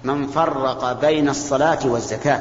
من فرق بين الصلاة والزكاة.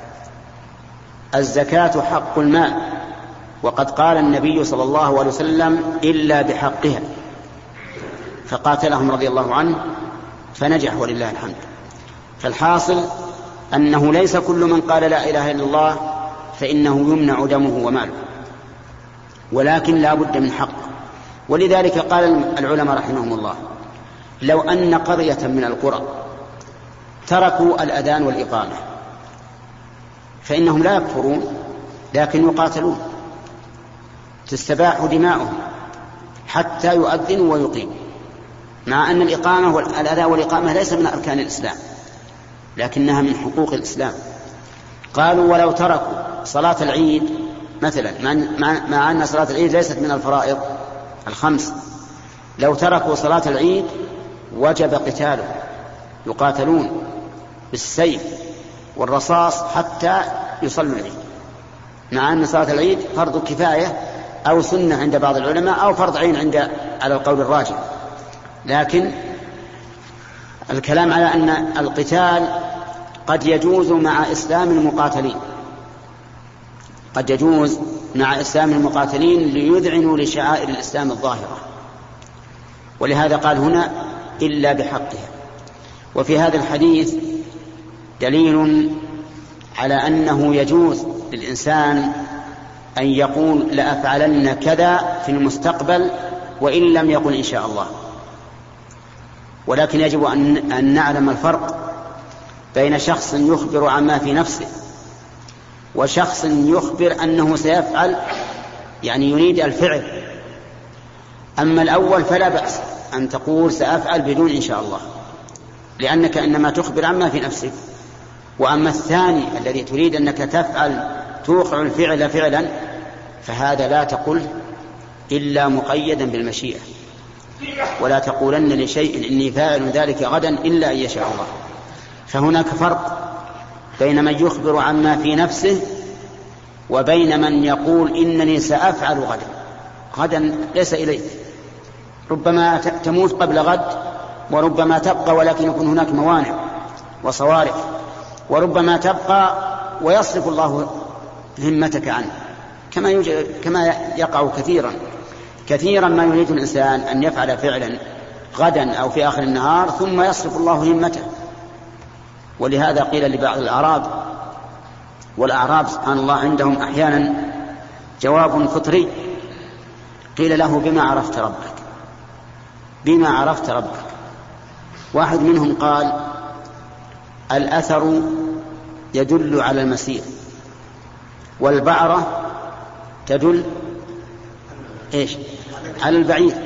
الزكاة حق المال، وقد قال النبي صلى الله عليه وسلم إلا بحقها، فقاتلهم رضي الله عنه فنجح ولله الحمد. فالحاصل أنه ليس كل من قال لا إله إلا الله فإنه يمنع دمه وماله، ولكن لا بد من حق. ولذلك قال العلماء رحمهم الله: لو أن قرية من القرى تركوا الأذان والإقامة فإنهم لا يكفرون، لكن يقاتلون، تستباح دماؤهم حتى يؤذنوا ويقيموا، مع أن الإقامة والأذان والإقامة ليس من أركان الإسلام لكنها من حقوق الإسلام. قالوا: ولو تركوا صلاة العيد مثلا، مع أن صلاة العيد ليست من الفرائض الخمس، لو تركوا صلاة العيد وجب قتاله، يقاتلون بالسيف والرصاص حتى يصلوا العيد، مع أن صلاة العيد فرض كفاية أو سنة عند بعض العلماء أو فرض عين على القول الراجح. لكن الكلام على أن القتال قد يجوز مع إسلام المقاتلين، قد يجوز مع إسلام المقاتلين ليذعنوا لشعائر الإسلام الظاهرة، ولهذا قال هنا إلا بحقها. وفي هذا الحديث دليل على أنه يجوز للإنسان أن يقول لأفعلن كذا في المستقبل وإن لم يقل إن شاء الله، ولكن يجب أن نعلم الفرق بين شخص يخبر عما في نفسه وشخص يخبر أنه سيفعل، يعني يريد الفعل. أما الأول فلا بأس أن تقول سأفعل بدون إن شاء الله، لأنك إنما تخبر عما في نفسك. وأما الثاني الذي تريد أنك تفعل توقع الفعل فعلا، فهذا لا تقل إلا مقيدا بالمشيئة، ولا تقولن لشيء إني فاعل ذلك غدا إلا أن يشاء الله. فهناك فرق بين من يخبر عما في نفسه وبين من يقول إنني سأفعل غدا. غدا ليس إليك، ربما تموت قبل غد، وربما تبقى ولكن يكون هناك موانع وصوارف، وربما تبقى ويصرف الله همتك عنه، كما يقع كثيرا ما يريد الإنسان أن يفعل فعلا غدا أو في آخر النهار ثم يصرف الله همته. ولهذا قيل لبعض الأعراب، والأعراب سبحان الله عندهم أحيانا جواب فطري، قيل له: بما عرفت ربك؟ بما عرفت ربك؟ واحد منهم قال: الأثر يدل على المسير، والبعرة تدل إيش؟ على البعير،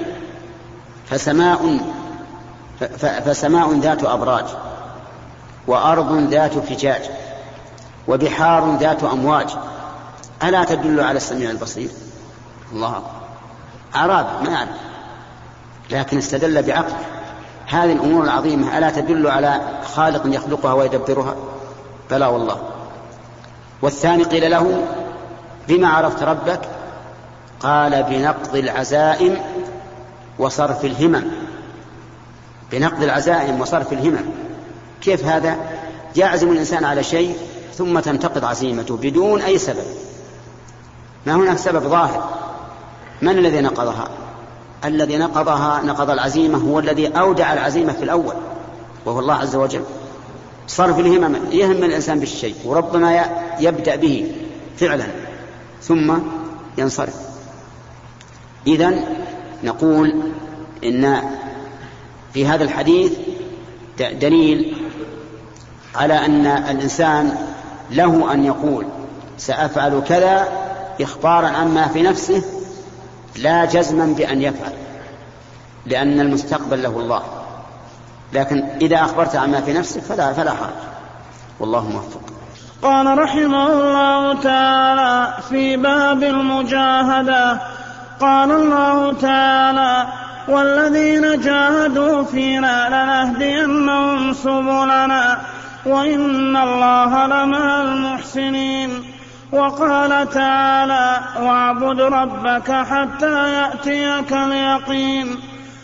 فسماء ذات أبراج، وأرض ذات فجاج، وبحار ذات أمواج، ألا تدل على السميع البصير؟ الله أكبر. أعراب ما يعرف، لكن استدل بعقل. هذه الأمور العظيمة ألا تدل على خالق يخلقها ويدبرها؟ بلى والله. والثاني قيل له: بما عرفت ربك؟ قال: بنقض العزائم وصرف الهمم. بنقض العزائم وصرف الهمم. كيف هذا؟ يعزم الإنسان على شيء ثم تنتقض عزيمته بدون أي سبب، ما هناك سبب ظاهر. من الذي نقضها؟ الذي نقض العزيمة هو الذي أودع العزيمة في الأول، وهو الله عز وجل. صرف الهمم، يهم الإنسان بالشيء وربما يبدأ به فعلا ثم ينصرف. إذن نقول إن في هذا الحديث دليل على أن الإنسان له أن يقول سأفعل كذا إخبارا عما في نفسه، لا جزما بأن يفعل، لأن المستقبل له الله. لكن إذا أخبرت عما في نفسك فلا حرج، والله موفق. قال رحمه الله تعالى: في باب المجاهدة، قال الله تعالى: والذين جاهدوا فينا لنهدينهم سبلنا وإن الله لمع المحسنين. وقال تعالى: واعبد ربك حتى يأتيك اليقين.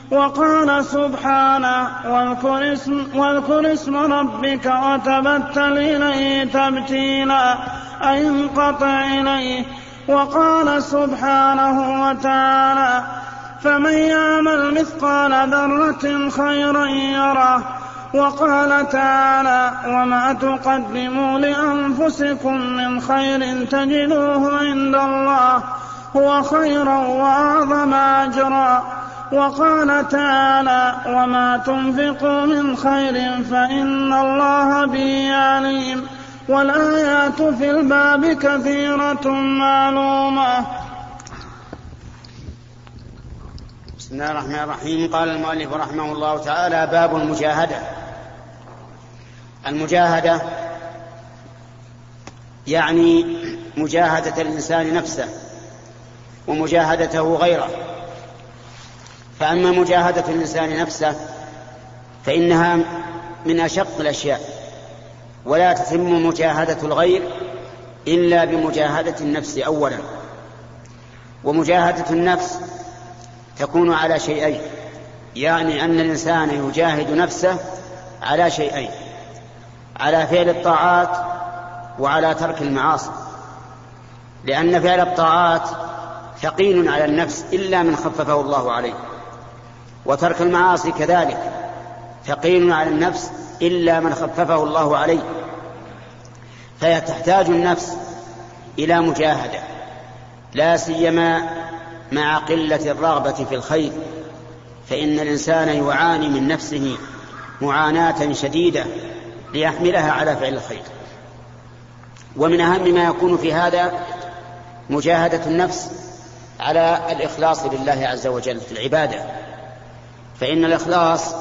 وقال سبحانه واذكر اسم ربك وتبتل إليه تبتيلا أي انقطع إليه. وقال سبحانه وتعالى فمن يعمل مثقال ذرة خيرا يره. وقال تعالى وما تقدموا لأنفسكم من خير تجدوه عند الله هو خيرا وأعظم أجرا. وقال تعالى وما تنفقوا من خير فإن الله به عليم. والآيات في الباب كثيرة معلومة. بسم الله الرحمن الرحيم. قال المؤلف رحمه الله تعالى باب المجاهدة. المجاهدة يعني مجاهدة الإنسان نفسه ومجاهدته غيره. فأما مجاهدة الإنسان نفسه فإنها من أشق الأشياء، ولا تتم مجاهدة الغير إلا بمجاهدة النفس أولا. ومجاهدة النفس تكون على شيئين، يعني أن الإنسان يجاهد نفسه على شيئين: على فعل الطاعات وعلى ترك المعاصي، لأن فعل الطاعات ثقيل على النفس إلا من خففه الله عليه، وترك المعاصي كذلك ثقيل على النفس إلا من خففه الله عليه. فتحتاج النفس إلى مجاهدة، لا سيما مع قلة الرغبة في الخير، فإن الإنسان يعاني من نفسه معاناة شديدة ليحملها على فعل الخير. ومن أهم ما يكون في هذا مجاهدة النفس على الإخلاص لله عز وجل في العبادة، فإن الإخلاص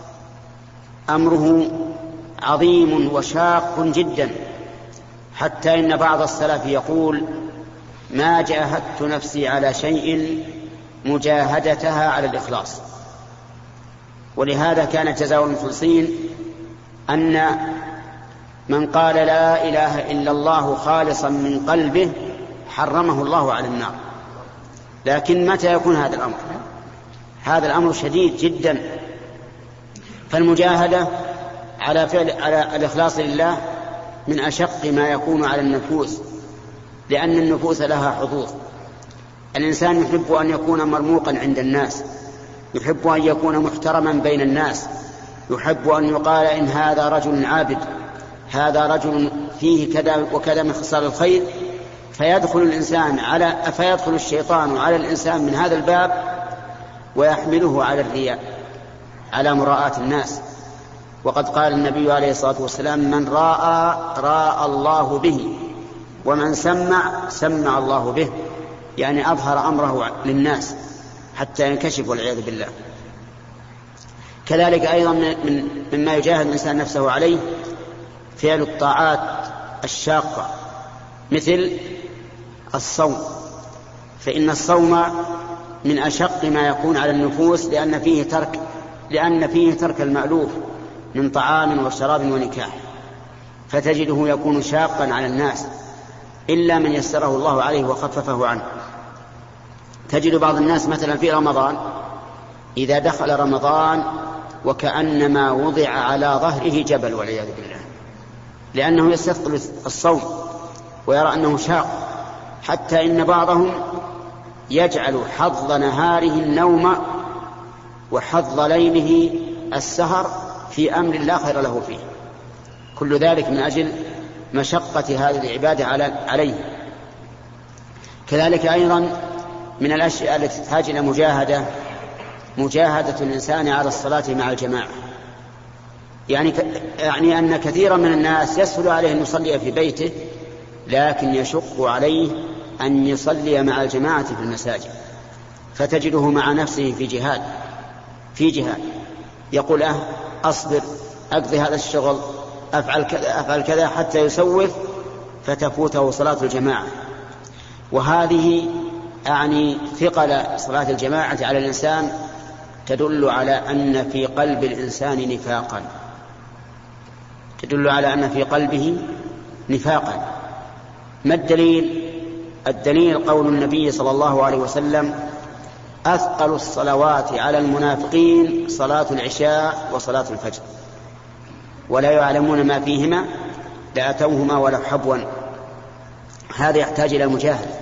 أمره عظيم وشاق جدا، حتى إن بعض السلف يقول ما جاهدت نفسي على شيء مجاهدتها على الإخلاص. ولهذا كان جزاء المخلصين أن من قال لا إله إلا الله خالصا من قلبه حرمه الله على النار. لكن متى يكون هذا الأمر؟ هذا الأمر شديد جدا. فالمجاهدة على الإخلاص لله من أشق ما يكون على النفوس، لأن النفوس لها حظوظ. الإنسان يحب أن يكون مرموقا عند الناس، يحب أن يكون محترما بين الناس، يحب أن يقال إن هذا رجل عابد، هذا رجل فيه كذا وكذا من خصال الخير. فيدخل الشيطان على الإنسان من هذا الباب ويحمله على الرياء، على مراءة الناس. وقد قال النبي عليه الصلاة والسلام من راى الله به، ومن سمع الله به، يعني أظهر أمره للناس حتى ينكشف والعياذ بالله. كذلك أيضا مما يجاهد الإنسان نفسه عليه فعل الطاعات الشاقة مثل الصوم، فإن الصوم من أشق ما يكون على النفوس، لأن فيه ترك المألوف من طعام وشراب ونكاح، فتجده يكون شاقا على الناس إلا من يسره الله عليه وخففه عنه. تجد بعض الناس مثلا في رمضان إذا دخل رمضان وكأنما وضع على ظهره جبل والعياذ بالله، لأنه يستثقل الصوم ويرى أنه شاق، حتى إن بعضهم يجعل حظ نهاره النوم وحظ ليله السهر في أمر لا خير له فيه. كل ذلك من أجل مشقة هذه العبادة عليه. كذلك أيضا من الأشياء التي تحتاج إلى مجاهدة الإنسان على الصلاة مع الجماعة. يعني أن كثيرا من الناس يسهل عليه أن يصلي في بيته، لكن يشق عليه أن يصلي مع الجماعة في المساجد، فتجده مع نفسه في جهاد يقول أصبر، أقضي هذا الشغل، أفعل كذا، حتى يسوف فتفوته صلاة الجماعة. وهذه ثقل صلاة الجماعة على الإنسان تدل على أن في قلب الإنسان نفاقا، تدل على أن في قلبه نفاقا. ما الدليل؟ الدليل قول النبي صلى الله عليه وسلم أثقل الصلوات على المنافقين صلاة العشاء وصلاة الفجر، ولا يعلمون ما فيهما لأتوهما ولو حبوا. هذا يحتاج إلى مجاهدة.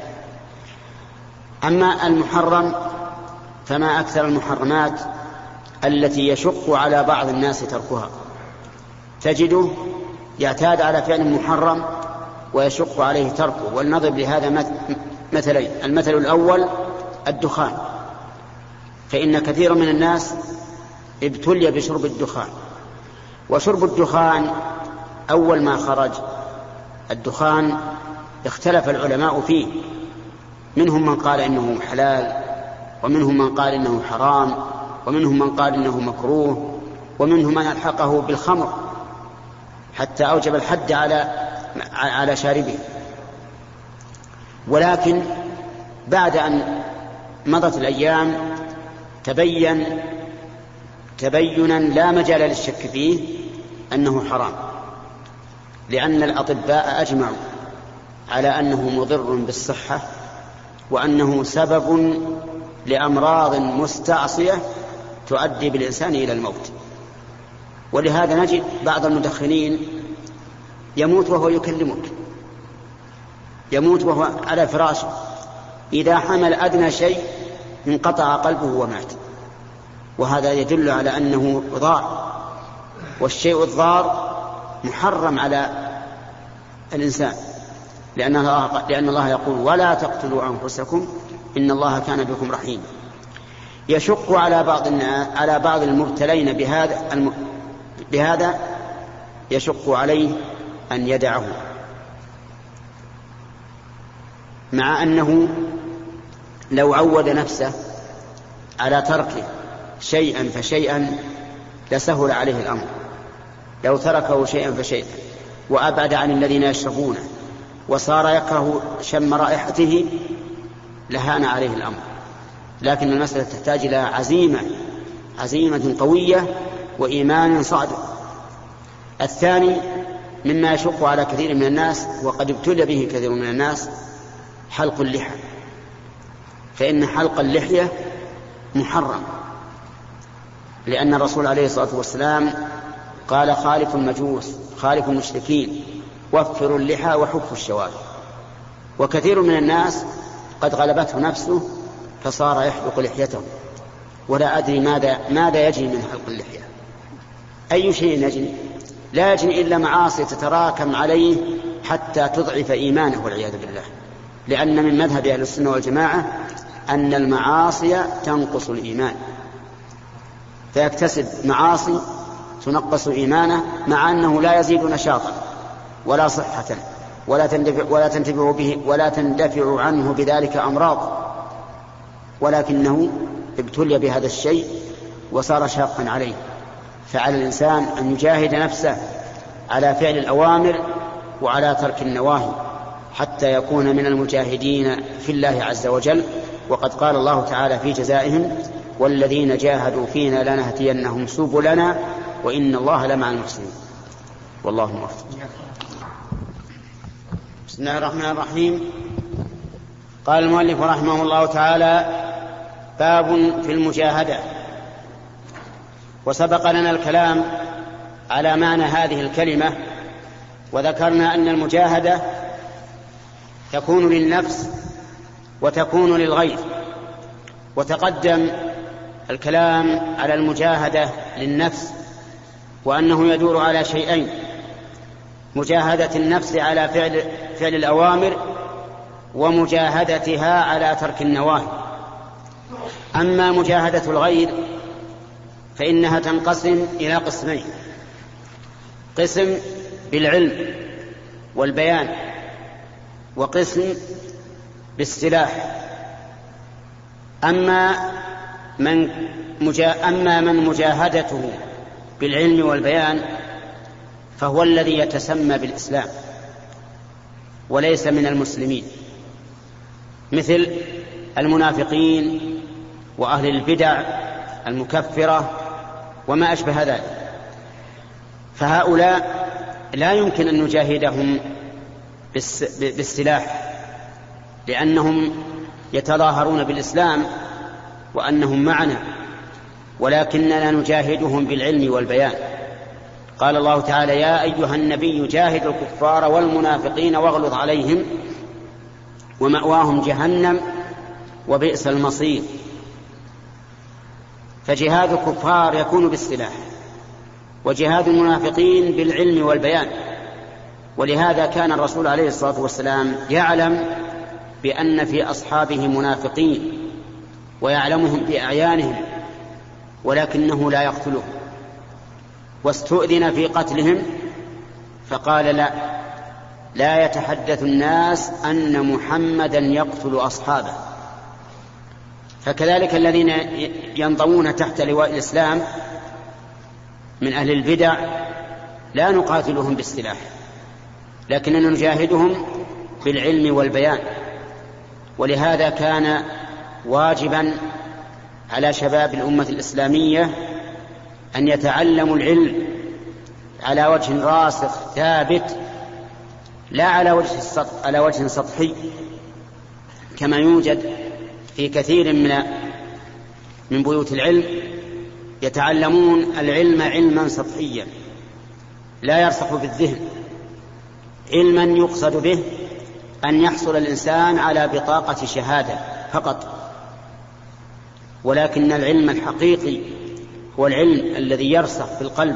أما المحرم فما أكثر المحرمات التي يشق على بعض الناس تركها، تجده يعتاد على فعل محرم ويشق عليه تركه. ولنضرب لهذا مثلين. المثل الأول الدخان، فإن كثير من الناس ابتلي بشرب الدخان. وشرب الدخان أول ما خرج الدخان اختلف العلماء فيه، منهم من قال إنه حلال، ومنهم من قال إنه حرام، ومنهم من قال إنه مكروه، ومنهم من ألحقه بالخمر حتى أوجب الحد على شاربه. ولكن بعد أن مضت الأيام تبينا لا مجال للشك فيه أنه حرام، لأن الأطباء أجمعوا على أنه مضر بالصحة، وأنه سبب لأمراض مستعصية تؤدي بالإنسان إلى الموت. ولهذا نجد بعض المدخنين يموت وهو يكلمك، يموت وهو على فراشه، إذا حمل أدنى شيء انقطع قلبه ومات. وهذا يدل على أنه ضار، والشيء الضار محرم على الإنسان، لأن الله يقول ولا تقتلوا أنفسكم إن الله كان بكم رحيما. يشق على بعض المبتلين بهذا يشق عليه أن يدعه، مع أنه لو عود نفسه على تركه شيئا فشيئا لسهل عليه الأمر. لو تركه شيئا فشيئا وأبعد عن الذين يشربونه وصار يكره شم رائحته لهان عليه الأمر. لكن المسألة تحتاج إلى عزيمة قوية وإيمان صادق. الثاني مما يشق على كثير من الناس وقد ابتلي به كثير من الناس حلق اللحى، فإن حلق اللحية محرم، لأن الرسول عليه الصلاة والسلام قال خالف المجوس خالف المشركين وفروا اللحى وحفوا الشوارب. وكثير من الناس قد غلبته نفسه فصار يحلق لحيته، ولا أدري ماذا يجري من حلق اللحية، أي شيء يجري؟ لا يجري إلا معاصي تتراكم عليه حتى تضعف إيمانه والعياذ بالله. لأن من مذهب أهل السنة والجماعة أن المعاصي تنقص الإيمان، فيكتسب معاصي تنقص إيمانه، مع أنه لا يزيد نشاطا ولا صحة ولا تندفع عنه بذلك أمراض، ولكنه ابتلي بهذا الشيء وصار شاقا عليه. فعلى الإنسان أن يجاهد نفسه على فعل الأوامر وعلى ترك النواهي حتى يكون من المجاهدين في الله عز وجل. وقد قال الله تعالى في جزائهم والذين جاهدوا فينا لنهدينهم سبلنا وإن الله لمع المحسنين. والله موفق. بسم الله الرحمن الرحيم. قال المؤلف رحمه الله تعالى باب في المجاهدة. وسبق لنا الكلام على معنى هذه الكلمة، وذكرنا أن المجاهدة تكون للنفس وتكون للغير. وتقدم الكلام على المجاهدة للنفس، وأنه يدور على شيئين: مجاهدة النفس على فعل الأوامر، ومجاهدتها على ترك النواهي. أما مجاهدة الغير فإنها تنقسم إلى قسمين: قسم بالعلم والبيان، وقسم بالسلاح. أما من مجاهدته بالعلم والبيان فهو الذي يتسمى بالإسلام وليس من المسلمين، مثل المنافقين وأهل البدع المكفرة وما أشبه ذلك. فهؤلاء لا يمكن أن نجاهدهم بالسلاح، لأنهم يتظاهرون بالإسلام وأنهم معنا، ولكننا نجاهدهم بالعلم والبيان. قال الله تعالى: يا أيها النبي جاهد الكفار والمنافقين واغلظ عليهم ومأواهم جهنم وبئس المصير. فجهاد الكفار يكون بالسلاح، وجهاد المنافقين بالعلم والبيان. ولهذا كان الرسول عليه الصلاة والسلام يعلم بأن في أصحابه منافقين ويعلمهم بأعيانهم، ولكنه لا يقتلهم، واستؤذن في قتلهم فقال: لا يتحدث الناس أن محمدا يقتل أصحابه. فكذلك الذين ينضوون تحت لواء الإسلام من أهل البدع لا نقاتلهم بالسلاح، لكننا نجاهدهم بالعلم والبيان. ولهذا كان واجبا على شباب الأمة الإسلامية أن يتعلموا العلم على وجه راسخ ثابت، لا على وجه سطحي كما يوجد في كثير من بيوت العلم. يتعلمون العلم علما سطحيا لا يرسخ في الذهن، علما يقصد به أن يحصل الإنسان على بطاقة شهادة فقط. ولكن العلم الحقيقي هو العلم الذي يرسخ في القلب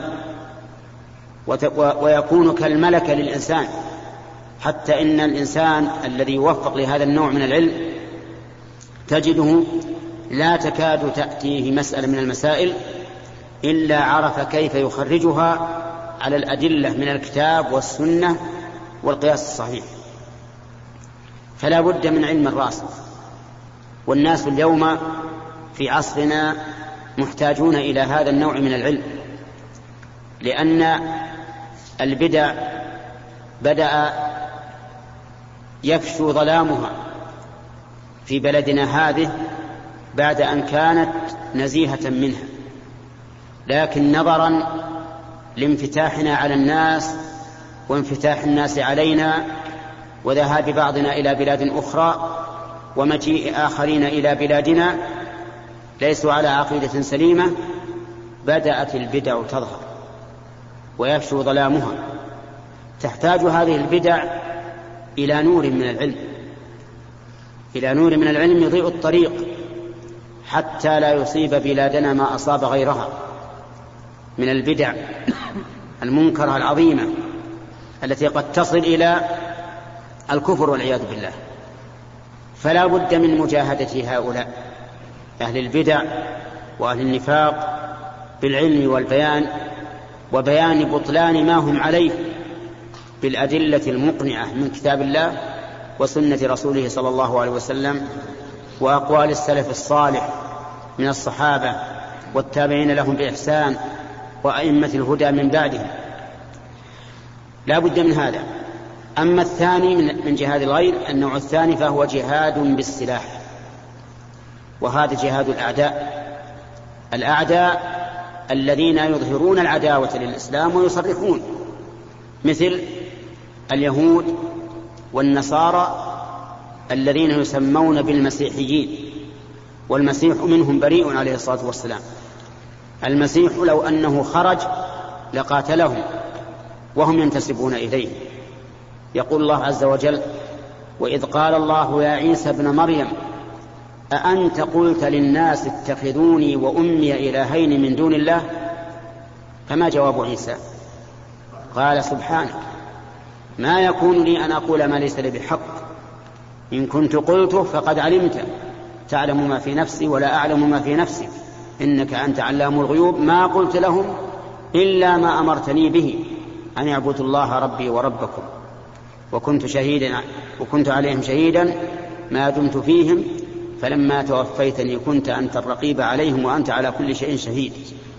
ويكون كالملكة للإنسان، حتى إن الإنسان الذي يوفق لهذا النوع من العلم تجده لا تكاد تأتيه مسألة من المسائل إلا عرف كيف يخرجها على الأدلة من الكتاب والسنة والقياس الصحيح. فلا بد من علم الراسخ. والناس اليوم في عصرنا محتاجون إلى هذا النوع من العلم، لأن البدع بدأ يفشو ظلامها في بلدنا هذه بعد أن كانت نزيهة منها، لكن نظرا لانفتاحنا على الناس وانفتاح الناس علينا وذهاب بعضنا إلى بلاد أخرى ومجيء آخرين إلى بلادنا ليسوا على عقيدة سليمة، بدأت البدع تظهر ويفشو ظلامها. تحتاج هذه البدع إلى نور من العلم، إلى نور من العلم يضيء الطريق حتى لا يصيب بلادنا ما أصاب غيرها من البدع المنكرة العظيمة التي قد تصل إلى الكفر والعياذ بالله. فلا بد من مجاهدة هؤلاء أهل البدع وأهل النفاق بالعلم والبيان، وبيان بطلان ما هم عليه بالأدلة المقنعة من كتاب الله وسنة رسوله صلى الله عليه وسلم وأقوال السلف الصالح من الصحابة والتابعين لهم بإحسان وأئمة الهدى من بعدهم. لا بد من هذا. أما الثاني من جهاد الغير، النوع الثاني فهو جهاد بالسلاح، وهذا جهاد الأعداء الذين يظهرون العداوة للإسلام ويصرحون، مثل اليهود والنصارى الذين يسمون بالمسيحيين، والمسيح منهم بريء عليه الصلاة والسلام. المسيح لو أنه خرج لقاتلهم وهم ينتسبون إليه. يقول الله عز وجل: وإذ قال الله يا عيسى ابن مريم أأنت قلت للناس اتخذوني وأمي إلهين من دون الله؟ فما جواب عيسى؟ قال: سبحانك ما يكون لي أن أقول ما ليس لي بحق، إن كنت قلته فقد علمت، تعلم ما في نفسي ولا أعلم ما في نفسك، إنك أنت علام الغيوب، ما قلت لهم إلا ما أمرتني به أن يعبدوا الله ربي وربكم، وكنت عليهم شهيدا ما دمت فيهم، فلما توفيتني كنت أنت الرقيب عليهم وأنت على كل شيء شهيد.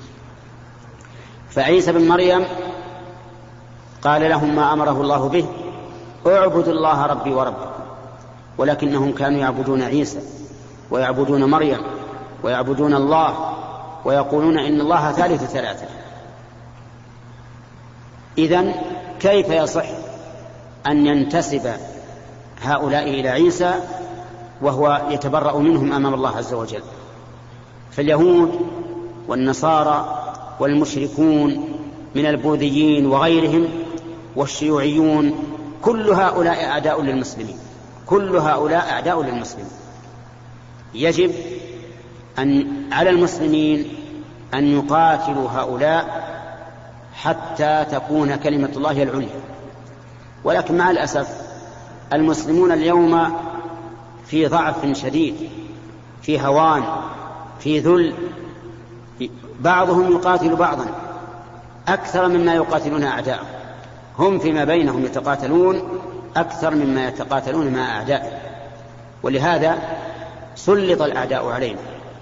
فعيسى بن مريم قال لهم ما أمره الله به: اعبدوا الله ربي وربكم، ولكنهم كانوا يعبدون عيسى ويعبدون مريم ويعبدون الله ويقولون إن الله ثالث ثلاثة. إذن كيف يصح أن ينتسب هؤلاء إلى عيسى وهو يتبرأ منهم أمام الله عز وجل؟ فاليهود والنصارى والمشركون من البوذيين وغيرهم والشيوعيون كل هؤلاء أعداء للمسلمين، كل هؤلاء أعداء للمسلمين. يجب على المسلمين أن يقاتلوا هؤلاء حتى تكون كلمة الله هي العليا. ولكن مع الأسف المسلمون اليوم في ضعف شديد، في هوان، في ذل، بعضهم يقاتل بعضا أكثر مما يقاتلون أعداءهم، هم فيما بينهم يتقاتلون أكثر مما يتقاتلون مع أعدائهم. ولهذا سلط الأعداء علينا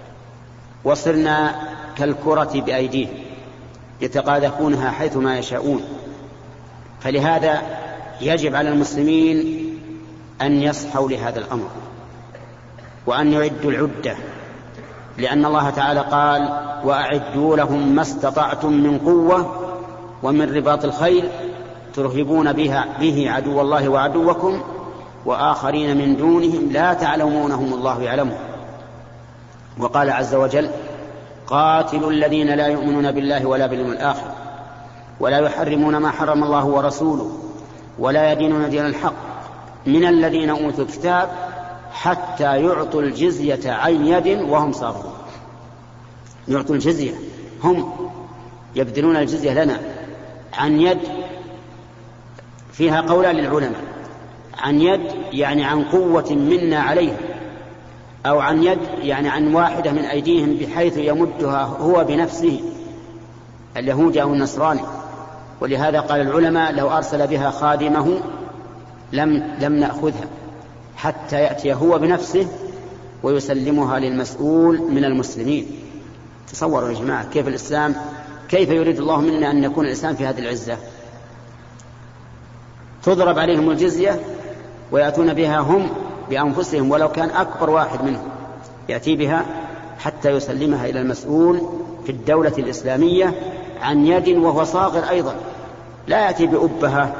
وصرنا كالكرة بأيديهم يتقاذفونها حيثما يشاءون. فلهذا يجب على المسلمين أن يصحوا لهذا الأمر وأن يعدوا العدة، لأن الله تعالى قال: وأعدوا لهم ما استطعتم من قوة ومن رباط الخيل ترهبون به عدو الله وعدوكم وآخرين من دونهم لا تعلمونهم الله يعلمهم. وقال عز وجل: قاتلوا الذين لا يؤمنون بالله ولا باليوم الآخر ولا يحرمون ما حرم الله ورسوله ولا يدينون دين الحق من الذين أوتوا الكتاب حتى يعطوا الجزية عن يد وهم صاغرون. يعطوا الجزية، هم يبذلون الجزية لنا عن يد. فيها قولان للعلماء: عن يد يعني عن قوة منا عليهم، أو عن يد يعني عن واحدة من أيديهم بحيث يمدها هو بنفسه، اليهود أو النصراني. ولهذا قال العلماء: لو أرسل بها خادمه لم نأخذها حتى يأتي هو بنفسه ويسلمها للمسؤول من المسلمين. تصوروا يا جماعة كيف الإسلام، كيف يريد الله منا أن يكون الإسلام في هذه العزة. تضرب عليهم الجزية ويأتون بها هم بأنفسهم، ولو كان أكبر واحد منهم يأتي بها حتى يسلمها إلى المسؤول في الدولة الإسلامية عن يد وهو صاغر أيضا، لا يأتي بأبهة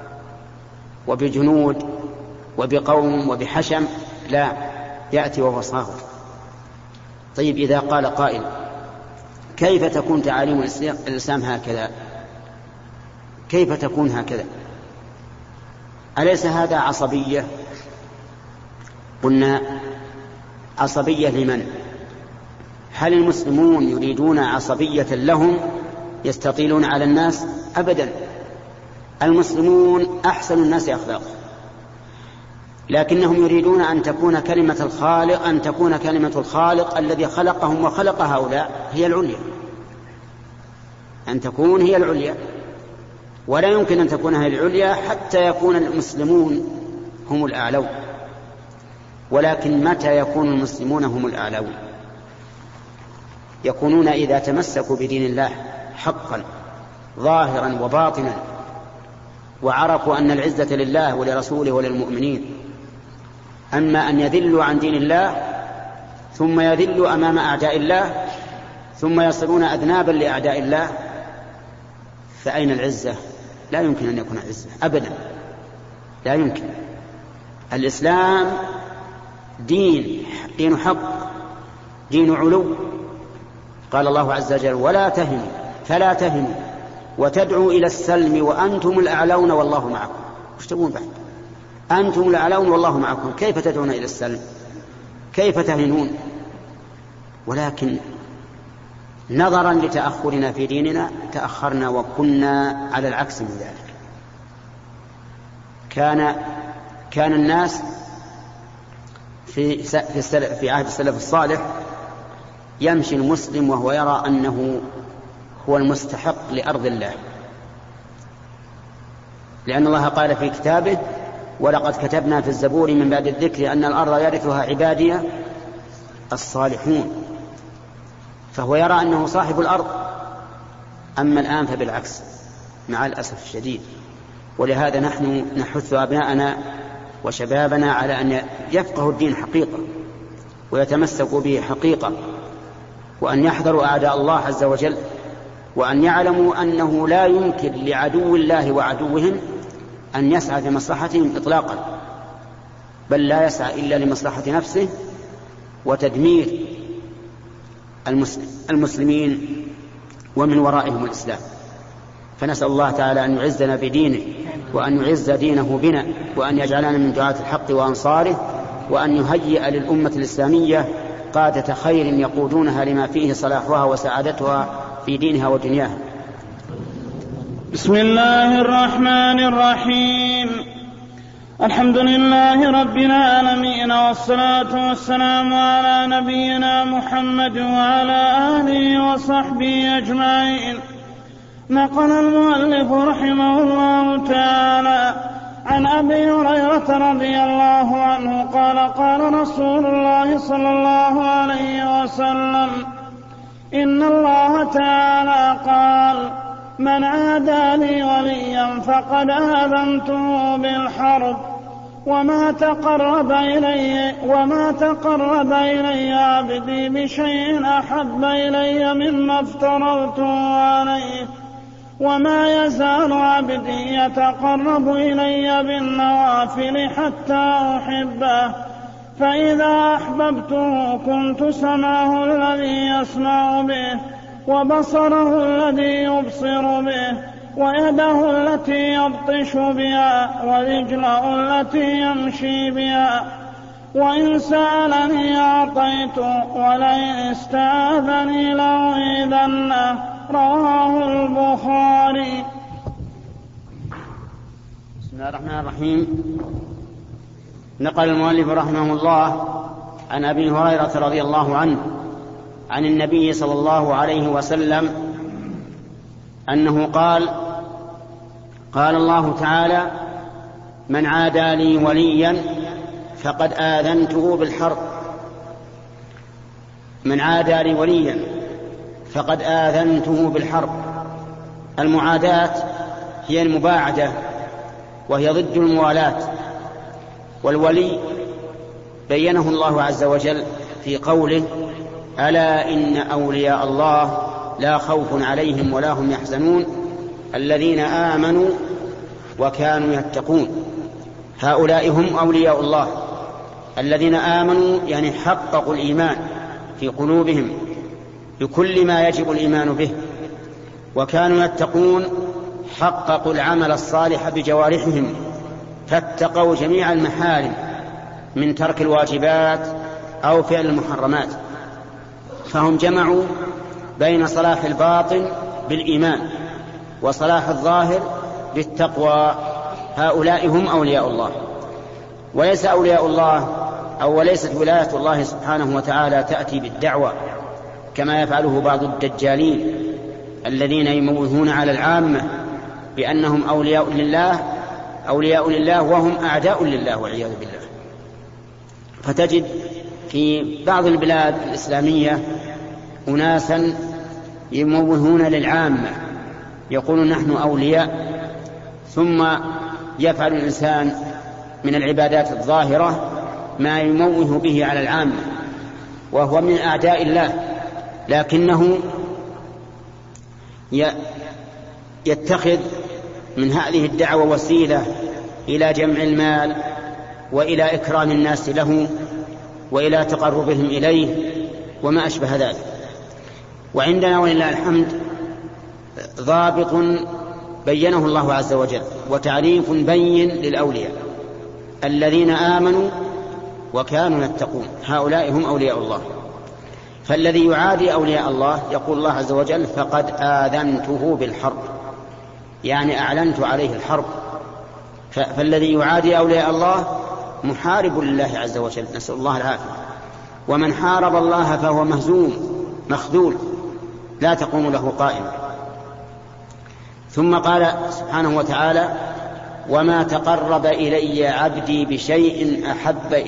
وبجنود وبقوم وبحشم، لا، يأتي وهو صاغر. طيب، إذا قال قائل: كيف تكون تعاليم الإسلام هكذا؟ كيف تكون هكذا؟ أليس هذا عصبية؟ قلنا: عصبية لمن؟ هل المسلمون يريدون عصبية لهم يستطيلون على الناس؟ أبدا، المسلمون أحسن الناس أخلاقا، لكنهم يريدون أن تكون كلمة الخالق الذي خلقهم وخلق هؤلاء هي العليا، أن تكون هي العليا. ولا يمكن أن تكون هي العليا حتى يكون المسلمون هم الأعلون. ولكن متى يكون المسلمون هم الأعلون؟ يكونون إذا تمسكوا بدين الله حقا ظاهرا وباطنا، وعرفوا أن العزة لله ولرسوله وللمؤمنين. أما أن يذلوا عن دين الله ثم يذلوا أمام أعداء الله ثم يصلون أذنابا لأعداء الله، فأين العزة؟ لا يمكن أن يكون عزة أبدا، لا يمكن. الإسلام دين حق، دين علو. قال الله عز وجل: ولا تهنوا فلا تهنوا وتدعوا إلى السلم وأنتم الأعلون والله معكم. وش تقول بعد؟ أنتم الأعلون والله معكم، كيف تدعون إلى السلم؟ كيف تهنون؟ ولكن نظرا لتأخرنا في ديننا تأخرنا وكنا على العكس من ذلك. كان الناس في عهد السلف الصالح يمشي المسلم وهو يرى أنه هو المستحق لأرض الله، لأن الله قال في كتابه: ولقد كتبنا في الزبور من بعد الذكر أن الأرض يرثها عبادي الصالحون. فهو يرى أنه صاحب الأرض. أما الآن فبالعكس مع الأسف الشديد. ولهذا نحن نحث أبناءنا وشبابنا على أن يفقهوا الدين حقيقة ويتمسكوا به حقيقة، وأن يحذروا أعداء الله عز وجل، وأن يعلموا أنه لا يمكن لعدو الله وعدوهم أن يسعى في مصلحتهم إطلاقا، بل لا يسعى إلا لمصلحة نفسه وتدمير المسلمين ومن ورائهم الإسلام. فنسأل الله تعالى أن يعزنا بدينه وأن يعز دينه بنا وأن يجعلنا من دعاة الحق وأنصاره وأن يهيئ للأمة الإسلامية قادة خير يقودونها لما فيه صلاحها وسعادتها في دينها ودنياها. بسم الله الرحمن الرحيم. الحمد لله رب العالمين، والصلاة والسلام على نبينا محمد وعلى آله وصحبه أجمعين. نقل المؤلف رحمه الله تعالى عن أبي هريرة رضي الله عنه قال قال رسول الله صلى الله عليه وسلم: إن الله تعالى قال: من عادى لي وليا فقد آذنته بالحرب، وما تقرب إلي عبدي بشيء أحب إلي مما افترضته عليه، وما يزال عبدي يتقرب إلي بالنوافل حتى أحبه، فإذا أحببته كنت سمعه الذي يسمع به، وبصره الذي يبصر به، ويده التي يبطش بها، ورجله التي يمشي بها، وإن سألني أعطيته، ولئن استعاذني لأعيذنه. رواه البخاري. بسم الله الرحمن الرحيم. نقل المؤلف رحمه الله عن أبي هريرة رضي الله عنه عن النبي صلى الله عليه وسلم أنه قال: قال الله تعالى: من عادى لي وليا فقد آذنته بالحرب. من عادى لي وليا فقد آذنته بالحرب. المعاداة هي المباعدة، وهي ضد الموالاة. والولي بينه الله عز وجل في قوله: ألا إن أولياء الله لا خوف عليهم ولا هم يحزنون الذين آمنوا وكانوا يتقون. هؤلاء هم أولياء الله الذين آمنوا، يعني حققوا الإيمان في قلوبهم بكل ما يجب الإيمان به، وكانوا يتقون، حققوا العمل الصالح بجوارحهم، فاتقوا جميع المحارم من ترك الواجبات أو فعل المحرمات، فهم جمعوا بين صلاح الباطن بالإيمان وصلاح الظاهر بالتقوى. هؤلاء هم أولياء الله. وليس أولياء الله أو وليست ولاية الله سبحانه وتعالى تأتي بالدعوة كما يفعله بعض الدجالين الذين يموهون على العامة بأنهم أولياء لله وهم أعداء لله والعياذ بالله. فتجد في بعض البلاد الإسلامية أناسا يموهون للعامة، يقولون نحن أولياء، ثم يفعل الإنسان من العبادات الظاهرة ما يموه به على العامة، وهو من أعداء الله، لكنه يتخذ من هذه الدعوة وسيلة إلى جمع المال وإلى إكرام الناس له وإلى تقربهم إليه وما أشبه ذلك. وعندنا ولله الحمد ضابط بينه الله عز وجل وتعريف بين للأولياء: الذين آمنوا وكانوا يتقون، هؤلاء هم أولياء الله. فالذي يعادي أولياء الله يقول الله عز وجل: فقد آذنته بالحرب، يعني أعلنت عليه الحرب. فالذي يعادي أولياء الله محارب لله عز وجل، نسأل الله العافية. ومن حارب الله فهو مهزوم مخذول لا تقوم له قائمة. ثم قال سبحانه وتعالى: وما تقرب إلي عبدي بشيء أحب